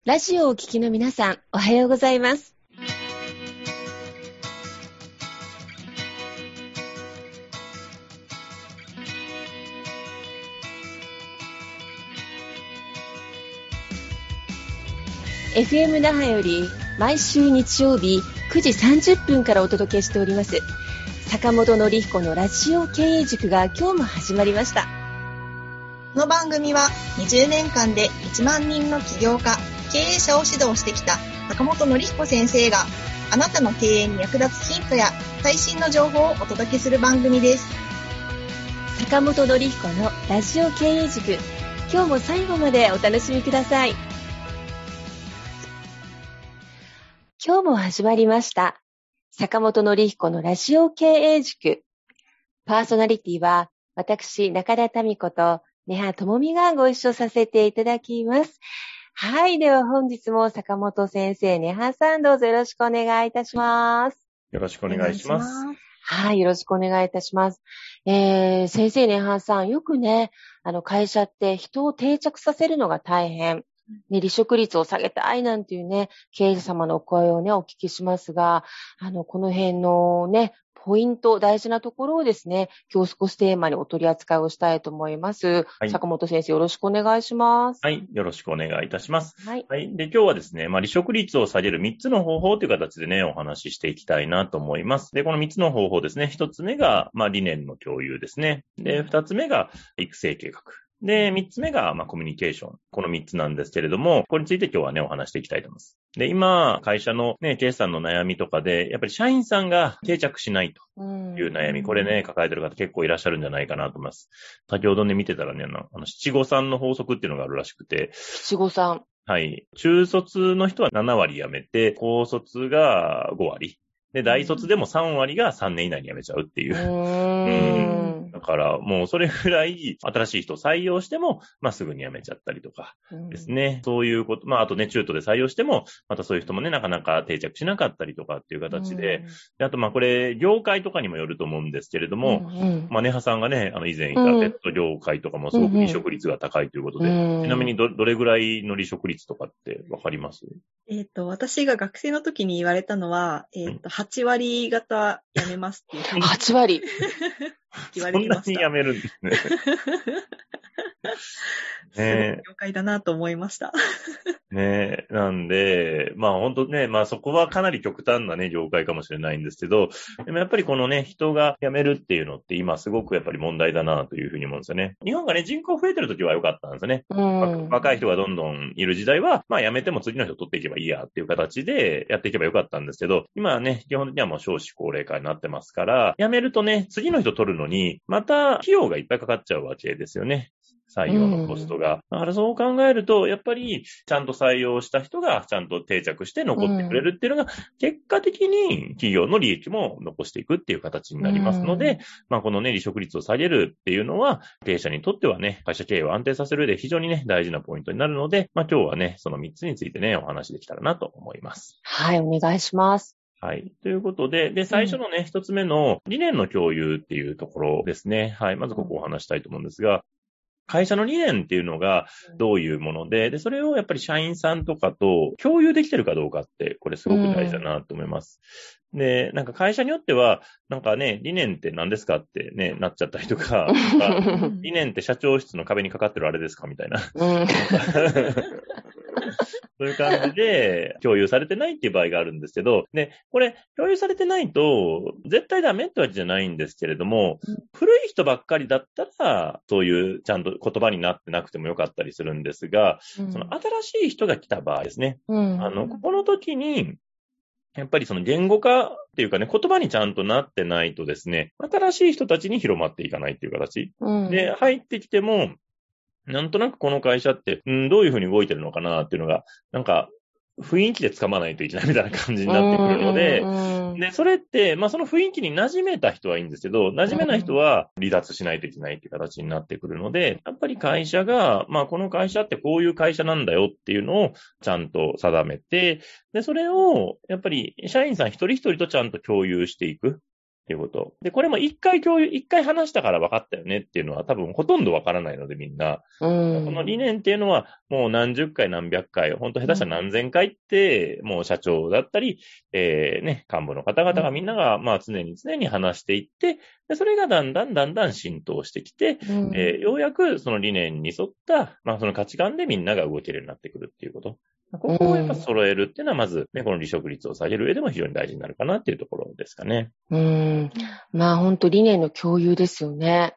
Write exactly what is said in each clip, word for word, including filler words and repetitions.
ラジオをお聞きの皆さん、おはようございます。エフエム 那覇より毎週日曜日くじさんじゅっぷんからお届けしております坂本典彦のラジオ経営塾が今日も始まりました。 この番組はにじゅうねんかんでいちまんにんの起業家、経営者を指導してきた坂本典彦先生があなたの経営に役立つヒントや最新の情報をお届けする番組です。 坂本典彦のラジオ経営塾、今日も最後までお楽しみください。今日も始まりました坂本典彦のラジオ経営塾。パーソナリティは私中田民子と根葉智美がご一緒させていただきます。はい。では本日も坂本先生、根葉さん、どうぞよろしくお願いいたします。 よろしくお願いします。 はい。よろしくお願いいたします。えー、先生、根葉さん、よくね、あの、会社って人を定着させるのが大変。ね、離職率を下げたいなんていうね、経営者様のお声をね、お聞きしますが、あの、この辺のね、ポイント、大事なところをですね、今日少しテーマにお取り扱いをしたいと思います。はい、坂本先生、よろしくお願いします。 はい、よろしくお願いいたします。 はい。 はい。で、今日はですね、まあ、離職率を下げるみっつの方法という形でね、お話ししていきたいなと思います。で、このみっつの方法ですね、ひとつめが、まあ、理念の共有ですね。で、ふたつめが育成計画。で、三つ目が、まあ、コミュニケーション。この三つなんですけれども、これについて今日はね、お話していきたいと思います。で、今、会社のね、経営者さんの悩みとかで、やっぱり社員さんが定着しないという悩み、これね、抱えてる方結構いらっしゃるんじゃないかなと思います。先ほどね、見てたらね、あの、七五三の法則っていうのがあるらしくて。 七五三。 はい。中卒の人はななわり辞めて、高卒がごわり。で、大卒でもさんわりがさんねん以内に辞めちゃうっていう。 うーん。 だから、もうそれぐらい新しい人を採用しても、まあすぐに辞めちゃったりとかですね。そういうこと。まああとね、中途で採用しても、またそういう人もね、なかなか定着しなかったりとかっていう形で。であとまあこれ、業界とかにもよると思うんですけれども、うんうん、まあ根葉さんがね、あの以前いたペット業界とかもすごく離職率が高いということで、うんうん、ちなみに ど, どれぐらいの離職率とかってわかります？ えっと、私が学生の時に言われたのは、えっと、はちわり方辞めますっていうふうに。 はちわり言われてました。そんなに辞めるんですね。 ねえ。業界だなと思いました。 ねえ。なんで、まあ本当ね、まあそこはかなり極端なね、業界かもしれないんですけど、でもやっぱりこのね、人が辞めるっていうのって今すごくやっぱり問題だなというふうに思うんですよね。日本がね、人口増えてる時は良かったんですよね。うん、若い人がどんどんいる時代は、まあ辞めても次の人取っていけばいいやっていう形でやっていけばよかったんですけど、今はね、基本的にはもう少子高齢化になってますから、辞めるとね、次の人取るのに、また費用がいっぱいかかっちゃうわけですよね。採用のコストが。だからそう考えると、やっぱりちゃんと採用した人がちゃんと定着して残ってくれるっていうのが、結果的に企業の利益も残していくっていう形になりますので、まあこのね、離職率を下げるっていうのは、経営者にとってはね、会社経営を安定させる上で非常にね、大事なポイントになるので、まあ今日はね、そのみっつについてね、お話できたらなと思います。 はい、お願いします。 はい。ということで、で、最初のね、一、うん、つ目の理念の共有っていうところですね。はい。まずここをお話したいと思うんですが、会社の理念っていうのがどういうもので、で、それをやっぱり社員さんとかと共有できてるかどうかって、これすごく大事だなと思います。うん、で、なんか会社によっては、なんかね、理念って何ですかってね、なっちゃったりとか、理念って社長室の壁にかかってるあれですかみたいな。うんそういう感じで共有されてないっていう場合があるんですけど、で、これ共有されてないと絶対ダメってわけじゃないんですけれども、うん、古い人ばっかりだったら、そういうちゃんと言葉になってなくてもよかったりするんですが、うん、その新しい人が来た場合ですね、うん、あの、この時に、やっぱりその言語化っていうかね、言葉にちゃんとなってないとですね、新しい人たちに広まっていかないっていう形、うん、で、入ってきても、なんとなくこの会社って、うん、どういうふうに動いてるのかなっていうのが、なんか、雰囲気で掴まないといけないみたいな感じになってくるので、で、それって、まあその雰囲気に馴染めた人はいいんですけど、馴染めない人は離脱しないといけないっていう形になってくるので、やっぱり会社が、まあこの会社ってこういう会社なんだよっていうのをちゃんと定めて、で、それを、やっぱり社員さん一人一人とちゃんと共有していく。 っていうこと。で、これも一回共有、一回話したから分かったよねっていうのは多分ほとんど分からないのでみんな。 うん。 この理念っていうのはもう何十回何百回、本当下手したら何千回って、もう社長だったり、えー、ね、幹部の方々がみんながまあ常に常に話していって、でそれがだんだんだんだん浸透してきて、 うん、 えー、ようやくその理念に沿った、まあその価値観でみんなが動けるようになってくるっていうこと。ここをやっぱ揃えるっていうのは、まずね、この離職率を下げる上でも非常に大事になるかなっていうところですかね。 うん。まあ本当理念の共有ですよね。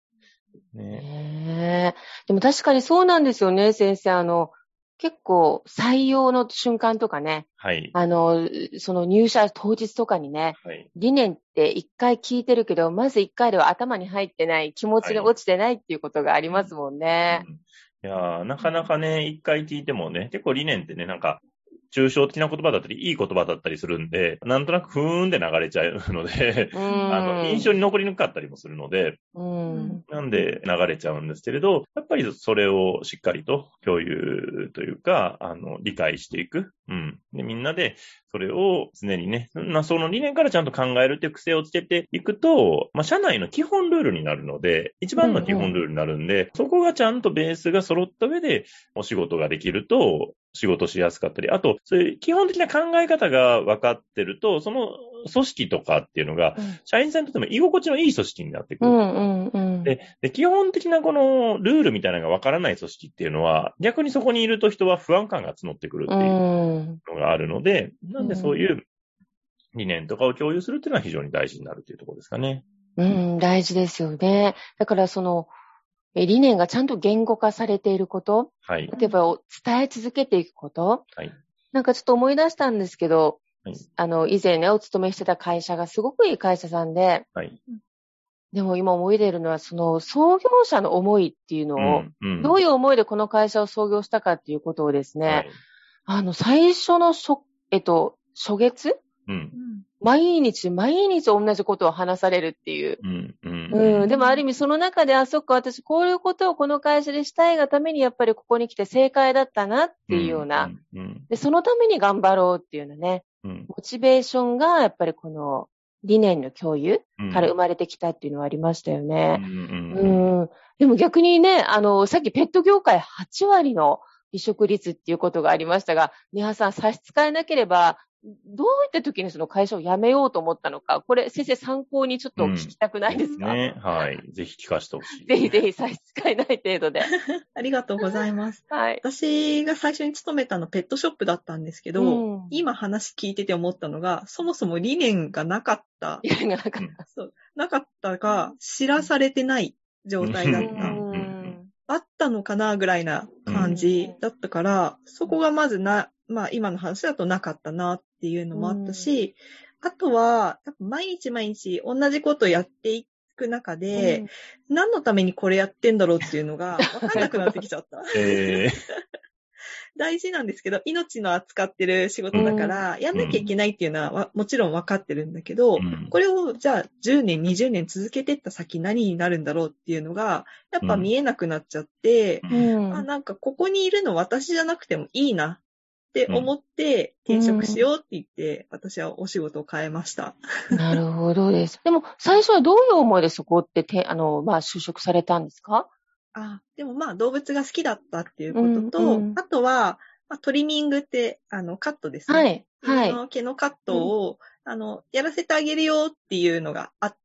ねえ。でも確かにそうなんですよね、先生。あの、結構採用の瞬間とかね。 はい。 あの、その入社当日とかにね、はい、理念って一回聞いてるけど、まず一回では頭に入ってない、気持ちに落ちてないっていうことがありますもんね。はい、 うんいやー、なかなかね、一回聞いてもね、結構理念ってね、なんか、抽象的な言葉だったり、いい言葉だったりするんで、なんとなくふーんで流れちゃうので、あの、印象に残りにくかったりもするので、 うんなんで流れちゃうんですけれど、やっぱりそれをしっかりと共有というか、あの、理解していく。うん。で、みんなでそれを常にね、まあ、その理念からちゃんと考えるっていう癖をつけていくと、まあ、社内の基本ルールになるので、一番の基本ルールになるんで、うんうん、そこがちゃんとベースが揃った上でお仕事ができると、仕事しやすかったり、あと、そういう基本的な考え方が分かってると、その組織とかっていうのが、社員さんにとっても居心地のいい組織になってくる。 うんうんうん、 で, で基本的なこのルールみたいなのが分からない組織っていうのは、逆にそこにいると人は不安感が募ってくるっていうのがあるので、うん、なんでそういう理念とかを共有するっていうのは非常に大事になるっていうところですかね。 うん、大事ですよね。だからその、理念がちゃんと言語化されていること、はい、例えば伝え続けていくこと、はい、なんかちょっと思い出したんですけど、はい、あの、以前ね、お勤めしてた会社がすごくいい会社さんで、はい、でも今思い出るのは、その創業者の思いっていうのを、うんうん、どういう思いでこの会社を創業したかっていうことをですね、はい、あの、最初の初、えっと、初月、うん、毎日、毎日同じことを話されるっていう。うんうんうん、でもある意味その中で、あ、そっか、私こういうことをこの会社でしたいがためにやっぱりここに来て正解だったなっていうような。うんうんうん、で、そのために頑張ろうっていうようなね、うん、モチベーションがやっぱりこの理念の共有から生まれてきたっていうのはありましたよね。うんうんうん、でも逆にね、あの、さっきペット業界はちわりの離職率っていうことがありましたが、ニハさん差し支えなければ、どういった時にその会社を辞めようと思ったのか、これ先生参考にちょっと聞きたくないですか？ うん、ね、はい。ぜひ聞かせてほしい。 ぜひぜひ差し支えない程度で。 ありがとうございます。はい。私が最初に勤めたのペットショップだったんですけど、うん、今話聞いてて思ったのが、そもそも理念がなかった。 理念がなかった。 そう。なかったか、知らされてない状態だった。うんあったのかなぐらいな感じだったから、うん、そこがまずな、まあ今の話だとなかったなっていうのもあったし、うん、あとは、やっぱ毎日毎日同じことやっていく中で、うん、何のためにこれやってんだろうっていうのが分かんなくなってきちゃった。えー大事なんですけど、命の扱ってる仕事だから、やんなきゃいけないっていうのは、うん、もちろん分かってるんだけど、うん、これをじゃあじゅうねん、にじゅうねん続けてった先何になるんだろうっていうのが、やっぱ見えなくなっちゃって、うん、あなんかここにいるの私じゃなくてもいいなって思って転職しようって言って、私はお仕事を変えました。 なるほどです。でも最初はどういう思いでそこってて、あの、まあ就職されたんですか？ あ、でもまあ動物が好きだったっていうことと、うんうん、あとは、まあ、トリミングって、あの、カットですね。はい。はい。の毛のカットを、うん、あの、やらせてあげるよっていうのがあって、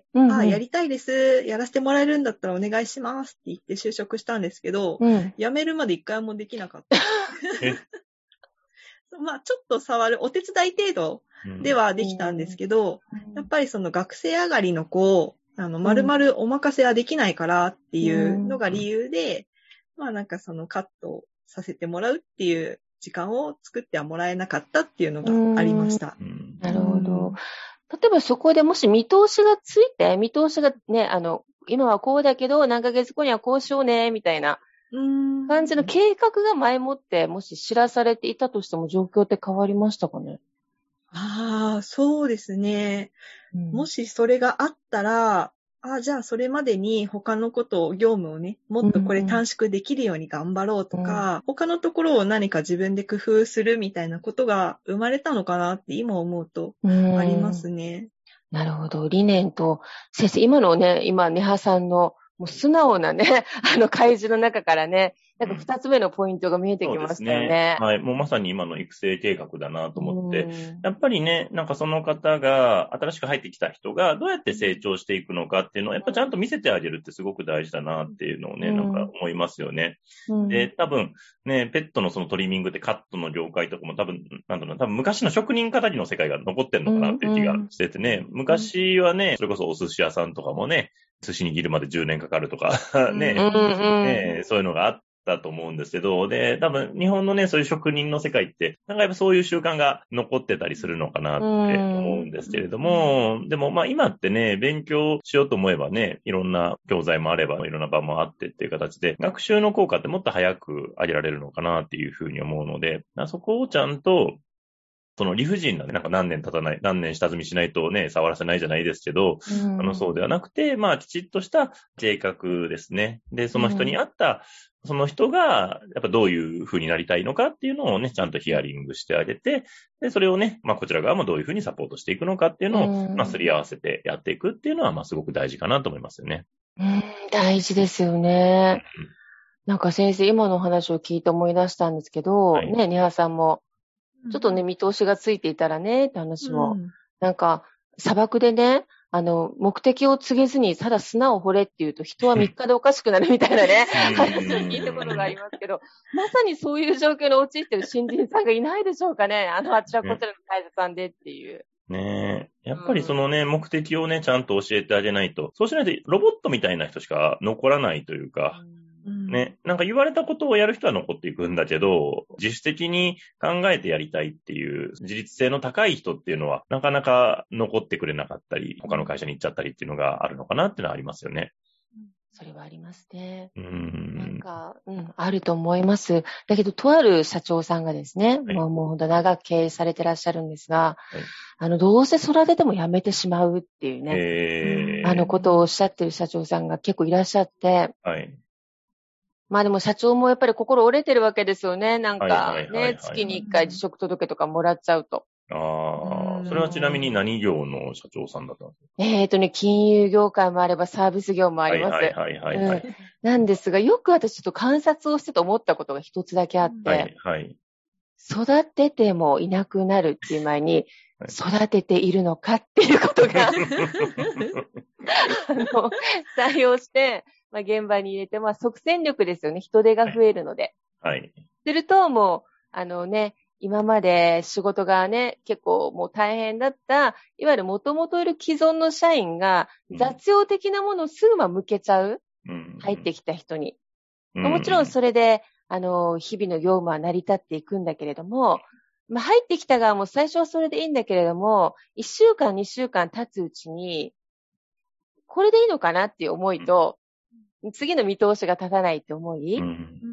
うんうんうん、あ、やりたいです。やらせてもらえるんだったらお願いしますって言って就職したんですけど、うん、辞めるまで一回もできなかった。まあ、ちょっと触る、お手伝い程度ではできたんですけど、うん、やっぱりその学生上がりの子、あの、丸々お任せはできないからっていうのが理由で、うん、まあなんかそのカットをさせてもらうっていう時間を作ってはもらえなかったっていうのがありました。 うん、なるほど。例えばそこでもし見通しがついて、見通しがね、あの、今はこうだけど何ヶ月後にはこうしようね、みたいな感じの計画が前もってもし知らされていたとしても状況って変わりましたかね？ ああ、そうですね。うん、もしそれがあったら、あじゃあそれまでに他のことを、業務をね、もっとこれ短縮できるように頑張ろうとか、うん、他のところを何か自分で工夫するみたいなことが生まれたのかなって今思うとありますね。 なるほど。理念と、先生、今のね、今、ネハさんの、もう素直なね、あの、開示の中からね、なんか二つ目のポイントが見えてきましたよね。 そうですね。はい。もうまさに今の育成計画だなと思って、やっぱりね、なんかその方が、新しく入ってきた人がどうやって成長していくのかっていうのを、やっぱちゃんと見せてあげるってすごく大事だなっていうのをね、なんか思いますよね。で、多分、ね、ペットのそのトリミングってカットの業界とかも多分、なんだろうな、多分昔の職人語りの世界が残ってんのかなっていう気がしててね、昔はね、それこそお寿司屋さんとかもね、寿司握るまでじゅうねんかかるとか、ね、ね、そういうのがあったと思うんですけど、で、多分日本のね、そういう職人の世界って、なんかやっぱそういう習慣が残ってたりするのかなって思うんですけれども、でもまあ今ってね、勉強しようと思えばね、いろんな教材もあれば、いろんな場もあってっていう形で、学習の効果ってもっと早く上げられるのかなっていうふうに思うので、そこをちゃんと、その理不尽なね、なんか何年経たない、何年下積みしないとね、触らせないじゃないですけど、うん、あの、そうではなくて、まあ、きちっとした計画ですね。で、その人に合った、うん、その人が、やっぱどういう風になりたいのかっていうのをね、ちゃんとヒアリングしてあげて、で、それをね、まあ、こちら側もどういう風にサポートしていくのかっていうのを、うん、まあ、すり合わせてやっていくっていうのは、まあ、すごく大事かなと思いますよね。 うん、大事ですよね。うん、なんか先生、今の話を聞いて思い出したんですけど、はい、ね、ニハさんも、ちょっとね、見通しがついていたらね、って話も、うん、なんか、砂漠でね、あの、目的を告げずに、ただ砂を掘れって言うと、人はみっかでおかしくなるみたいなね、話を聞いたことがありますけど、まさにそういう状況に陥ってる新人さんがいないでしょうかね。あの、あちらこちらの会社さんでっていう。 ねえ。やっぱりそのね、うん、目的をね、ちゃんと教えてあげないと、そうしないとロボットみたいな人しか残らないというか、うん、ね、なんか言われたことをやる人は残っていくんだけど、自主的に考えてやりたいっていう自立性の高い人っていうのは、なかなか残ってくれなかったり、他の会社に行っちゃったりっていうのがあるのかなっていうのはありますよね。 それはありますね。 うん。 なんか、うん、あると思います。だけど、とある社長さんがですね、はい、もう、もう本当長く経営されてらっしゃるんですが、はい、あの、どうせ育ててもやめてしまうっていうね、 えー、 あのことをおっしゃってる社長さんが結構いらっしゃって、 はい。 まあでも社長もやっぱり心折れてるわけですよね。なんかね、月にいっかい辞職届とかもらっちゃうと。 ああ、それはちなみに何業の社長さんだったんですか？ えーとね、金融業界もあればサービス業もあります。 はいはいはいはい、はいうん。 なんですが、よく私ちょっと観察をしてと思ったことが一つだけあって、 はいはい。 育ててもいなくなるっていう前に、はい、育てているのかっていうことが、あの、採用して、まあ、現場に入れて、まあ、即戦力ですよね。人手が増えるので。 はい。はい、 すると、もう、あのね、今まで仕事がね、結構もう大変だった、いわゆる元々いる既存の社員が、雑用的なものをすぐま向けちゃう。うん、入ってきた人に。うん、もちろんそれで、あの、日々の業務は成り立っていくんだけれども、まあ、入ってきた側も最初はそれでいいんだけれども、いっしゅうかん、にしゅうかん経つうちに、これでいいのかなっていう思いと、うん、次の見通しが立たないって思い、うん、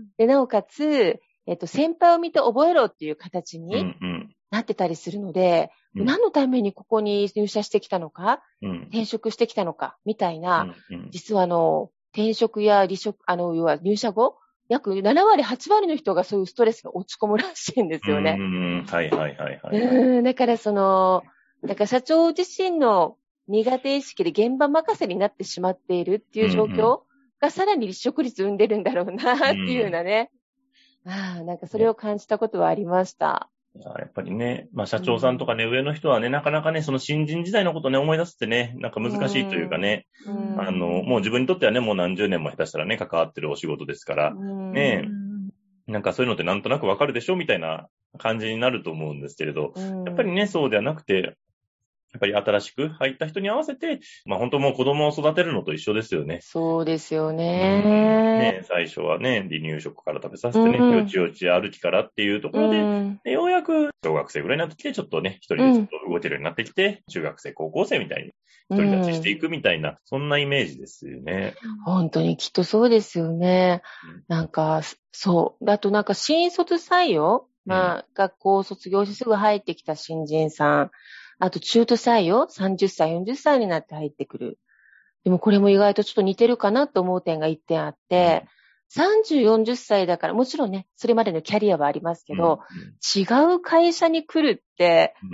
で、なおかつ、えっと、先輩を見て覚えろっていう形になってたりするので、うんうん、何のためにここに入社してきたのか、うん、転職してきたのか、みたいな、うんうん、実はあの、転職や離職、あの、要は入社後、約ななわり、はちわりの人がそういうストレスが落ち込むらしいんですよね。 うん、はいはいはいはい、 うん。だからその、だから社長自身の苦手意識で現場任せになってしまっているっていう状況がさらに離職率生んでるんだろうなっていうようなね。ああ、なんかそれを感じたことはありました。 やっぱりね、まあ社長さんとかね、うん、上の人はね、なかなかね、その新人時代のことね、思い出すってね、なんか難しいというかね、うん、あの、もう自分にとってはね、もう何十年も下手したらね、関わってるお仕事ですから、うん、ね、なんかそういうのってなんとなくわかるでしょみたいな感じになると思うんですけれど、うん、やっぱりね、そうではなくて、やっぱり新しく入った人に合わせて、まあ本当もう子供を育てるのと一緒ですよね。 そうですよね。 うん、ね最初はね、離乳食から食べさせてね、うん、よちよち歩きからっていうところで、うん、でようやく小学生ぐらいになってきて、ちょっとね、一人でちょっと動けるようになってきて、うん、中学生、高校生みたいに独り立ちしていくみたいな、うん、そんなイメージですよね。 本当にきっとそうですよね。うん、なんか、そう。あとなんか新卒採用、まあ、うん、学校を卒業してすぐ入ってきた新人さん、あと中途採用、さんじゅっさい、よんじゅっさいになって入ってくる。でもこれも意外とちょっと似てるかなと思う点が一点あって、うん、さんじゅう、よんじゅっさいだから、もちろんね、それまでのキャリアはありますけど、うんうん、違う会社に来るって、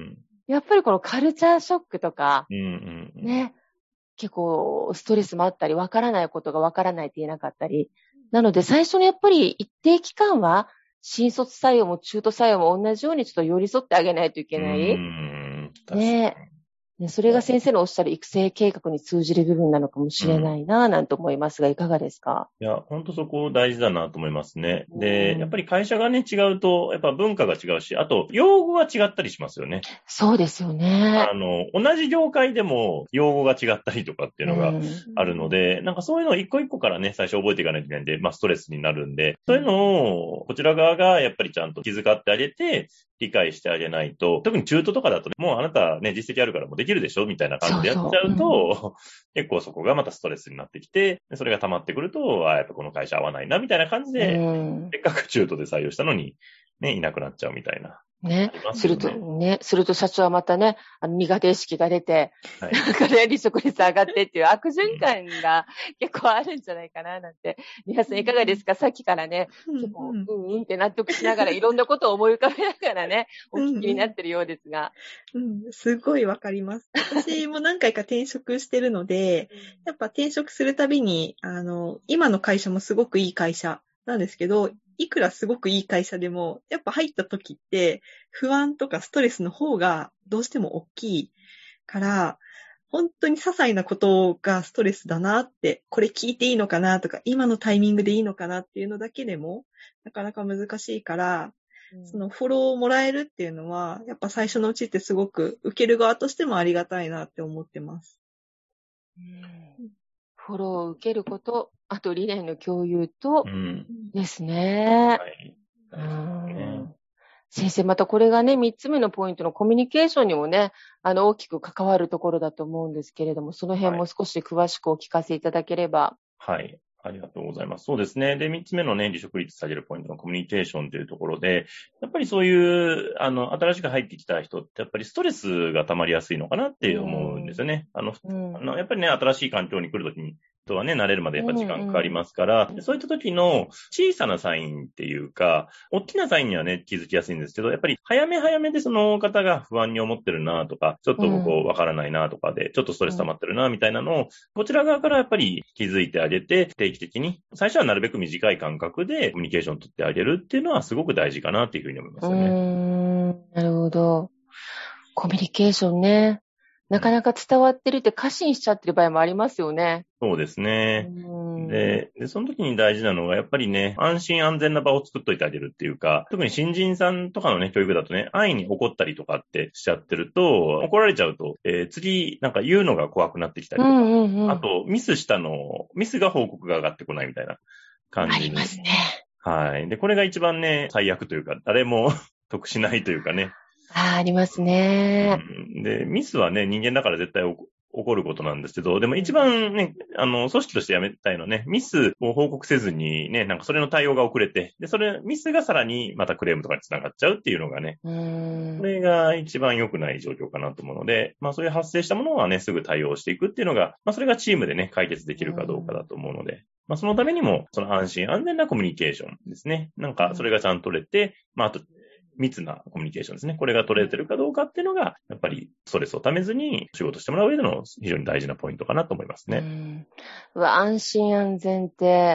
やっぱりこのカルチャーショックとか、 うんうんうん、 ね、結構ストレスもあったり、わからないことがわからないって言えなかったり。なので最初にやっぱり一定期間は、新卒採用も中途採用も同じようにちょっと寄り添ってあげないといけない。 うーん、確かに。 ねね、それが先生のおっしゃる育成計画に通じる部分なのかもしれないなぁなんて思いますが、いかがですか？ いや、ほんとそこ大事だなと思いますね。 うで、 んやっぱり会社がね、違うと、やっぱ文化が違うし、あと、用語が違ったりしますよね。 そうですよね。 あの、同じ業界でも用語が違ったりとかっていうのがあるので、なんかそういうのを一個一個からね、最初覚えていかないといけないんで、まあストレスになるんで、そういうのをこちら側がやっぱりちゃんと気遣ってあげて、理解してあげないと、特に中途とかだとね、もうあなたね、実績あるからもうできるでしょみたいな感じでやっちゃうと、 そうそ結構そこがまたストレスになってきて、それが溜まってくると、あやっぱこの会社合わないな、みたいな感じうで、 んせっかく中途で採用したのに、ね、いなくなっちゃうみたいな。 ねあり。ますするよねと、ね、すると社長はまたね、あの苦手意識が出て、 はい。 なんかね、離職率上がってっていう悪循環が結構あるんじゃないかな、なんて。皆さんいかがですか？さっきからね、結構、 うんうんうんって納得しながら、いろんなことを思い浮かべながらね、お聞きになってるようですが。 うん、すごいわかります。私も何回か転職してるので、やっぱ転職するたびに、あの、今の会社もすごくいい会社なんですけど、いくらすごくいい会社でも、やっぱ入った時って不安とかストレスの方がどうしても大きいから、本当に些細なことがストレスだなって、これ聞いていいのかなとか、今のタイミングでいいのかなっていうのだけでも、なかなか難しいから、そのフォローをもらえるっていうのは、やっぱ最初のうちってすごく受ける側としてもありがたいなって思ってます。 うんフォローを受けること、あと理念の共有とう、ん。 ですね。 はい。 う大事ですね。 ん先生、またこれがね、三つ目のポイントのコミュニケーションにもね、あの、大きく関わるところだと思うんですけれども、その辺も少し詳しくお聞かせいただければ。 はい。ありがとうございます。そうですね。で、三つ目のね、離職率下げるポイントのコミュニケーションというところで、やっぱりそういう、あの、新しく入ってきた人って、やっぱりストレスが溜まりやすいのかなって思うんですよね。あの、 うんあのやっぱりね、新しい環境に来るときに、人はね、慣れるまでやっぱ時間かかりますから、そういった時の小さなサインっていうか、大きなサインにはね、気づきやすいんですけど、やっぱり早め早めでその方が不安に思ってるなとか、ちょっとここわからないなとかで、ちょっとストレス溜まってるなみたいなのを、こちら側からやっぱり気づいてあげて、定期的に、最初はなるべく短い間隔でコミュニケーションを取ってあげるっていうのはすごく大事かなっていうふうに思いますよね。 うーん、なるほど。コミュニケーションね。なかなか伝わってるって過信しちゃってる場合もありますよね。 そうですね。で、で、その時に大事なのが、やっぱりね、安心安全な場を作っといてあげるっていうか、特に新人さんとかのね、教育だとね、安易に怒ったりとかってしちゃってると、怒られちゃうと、えー、次、なんか言うのが怖くなってきたりとか、 うんうんうん、 あと、ミスしたの、ミスが報告が上がってこないみたいな感じに。 ありますね。 はい。で、これが一番ね、最悪というか、誰も得しないというかね。 ああ、ありますね、 うん。で、ミスはね、人間だから絶対起こ起こることなんですけど、でも一番ね、あの、組織としてやめたいのはね、ミスを報告せずにね、なんかそれの対応が遅れて、で、それ、ミスがさらにまたクレームとかにつながっちゃうっていうのがね、 うーんこれが一番良くない状況かなと思うので、まあそういう発生したものはね、すぐ対応していくっていうのが、まあそれがチームでね、解決できるかどうかだと思うので、まあそのためにも、その安心安全なコミュニケーションですね。なんかそれがちゃんと取れて、まああと、密なコミュニケーションですね。これが取れてるかどうかっていうのが、やっぱりストレスをためずに仕事してもらう上での非常に大事なポイントかなと思いますね。 うん、うわ安心安全って、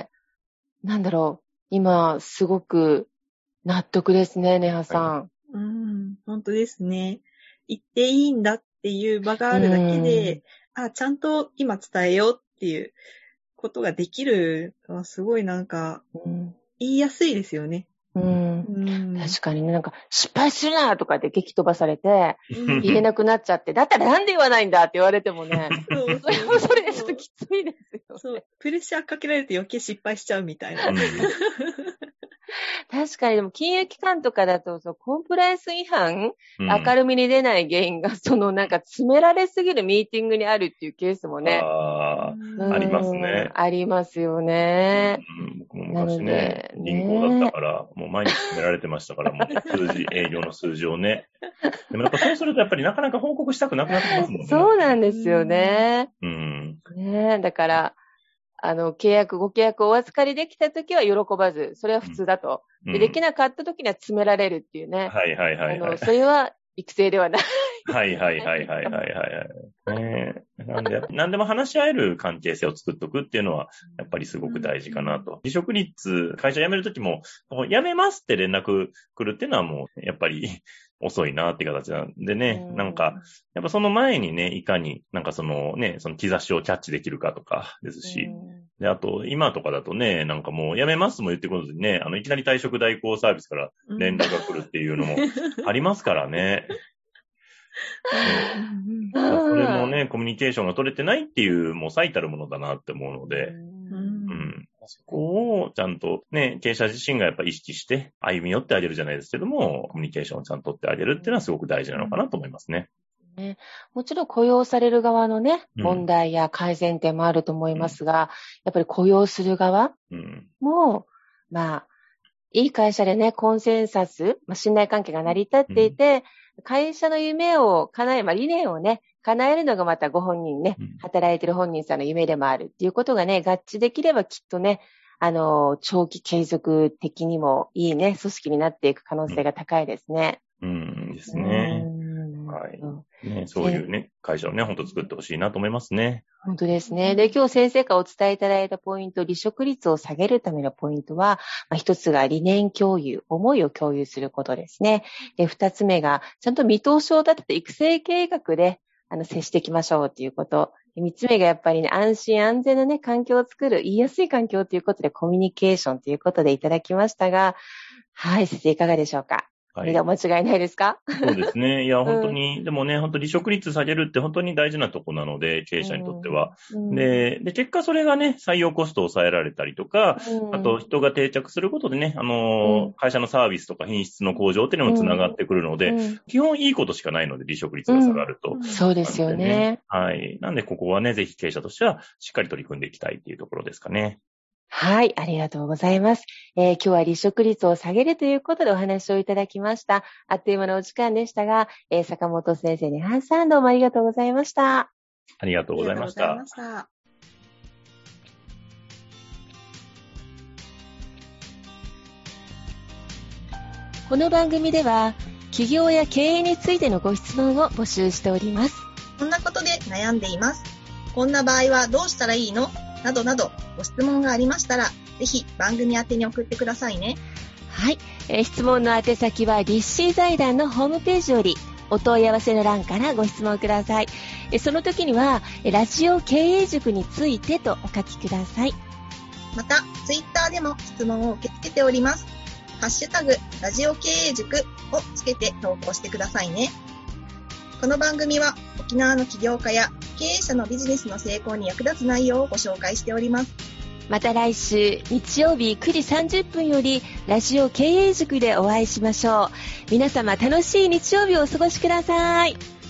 なんだろう、今、すごく納得ですね、ネハさん。はい、 うん、本当ですね。言っていいんだっていう場があるだけで、あ、ちゃんと今伝えようっていうことができるのはすごいなんか、うん、言いやすいですよね。 うんうん、確かにね、なんか、失敗するなとかって激飛ばされて、言えなくなっちゃって、だったらなんで言わないんだって言われてもね、そうそれもそれでちょっときついですよ、ね。 そう、プレッシャーかけられて余計失敗しちゃうみたいな。うん、 確かに、でも金融機関とかだと、そうコンプライアンス違反、うん、明るみに出ない原因が、そのなんか詰められすぎるミーティングにあるっていうケースもね。 ああ、ありますね。 ありますよね。 うん、僕も昔ね、銀行だったから、もう毎日詰められてましたから、もう数字、営業の数字をね。でもやっぱそうするとやっぱりなかなか報告したくなくなってきますもんね。 そうなんですよね。 うん。 ねだから、あの、契約、ご契約をお預かりできたときは喜ばず、それは普通だと。うん、で、できなかったときには詰められるっていうね。 はいはいはい、はい。 あの、それは育成ではない。 はいはいはいはいはいはい、ね。なんで、何でも話し合える関係性を作っとくっていうのは、やっぱりすごく大事かなと。離職率、会社辞めるときも、辞めますって連絡来るっていうのはもう、やっぱり遅いなって形なんでね、なんか、やっぱその前にね、いかに、なんかそのね、その兆しをキャッチできるかとかですし、で、あと、今とかだとね、なんかもう辞めますも言ってくるのでね、あの、いきなり退職代行サービスから連絡が来るっていうのもありますからね。ね、それもね、コミュニケーションが取れてないっていう、もう最たるものだなって思うので、うん、そこをちゃんとね、経営者自身がやっぱり意識して歩み寄ってあげるじゃないですけども、コミュニケーションをちゃんと取ってあげるっていうのはすごく大事なのかなと思いますね。 ね、もちろん雇用される側のね、問題や改善点もあると思いますが、うん、やっぱり雇用する側も、うん、まあ、いい会社でね、コンセンサス、まあ、信頼関係が成り立っていて、うん、会社の夢を叶え、まあ、理念をね、叶えるのがまたご本人ね、うん、働いてる本人さんの夢でもあるっていうことがね、合致できればきっとね、あの、長期継続的にもいいね、組織になっていく可能性が高いですね。 うん、うんですね。はい。ね、そういうね、会社をね、本当作ってほしいなと思いますね。 本当ですね。で、今日先生からお伝えいただいたポイント、離職率を下げるためのポイントは、まあ、一つが理念共有、思いを共有することですね。で、二つ目が、ちゃんと見通しを立てて育成計画で、あの、接していきましょうということ。三つ目がやっぱりね、安心安全なね、環境を作る、言いやすい環境ということで、コミュニケーションということでいただきましたが、はい、先生いかがでしょうか。これでお間違いないですか？ そうですね。いや、本当に、うん、でもね、本当離職率下げるって本当に大事なとこなので、経営者にとっては。うん、で、で、結果それがね、採用コストを抑えられたりとか、うん、あと人が定着することでね、あの、うん、会社のサービスとか品質の向上っていうのもつながってくるので、うん、基本いいことしかないので、離職率が下がると、 うん。そうですよね。 はい。なんで、ここはね、ぜひ経営者としてはしっかり取り組んでいきたいっていうところですかね。 はい、ありがとうございます。えー、今日は離職率を下げるということでお話をいただきました。あっという間のお時間でしたが、えー、坂本先生にハンさんどうもありがとうございました。 ありがとうございました。 この番組では、起業や経営についてのご質問を募集しております。 こんなことで悩んでいます。こんな場合はどうしたらいいの？などなどご質問がありましたら、ぜひ番組宛てに送ってくださいね。 はい、えー、質問の宛先は立志財団のホームページよりお問い合わせの欄からご質問ください。えー、その時にはラジオ経営塾についてとお書きください。 またツイッターでも質問を受け付けております。ハッシュタグラジオ経営塾をつけて投稿してくださいね。この番組は沖縄の起業家や経営者のビジネスの成功に役立つ内容をご紹介しております。 また来週日曜日くじさんじゅっぷんよりラジオ経営塾でお会いしましょう。皆様楽しい日曜日をお過ごしください。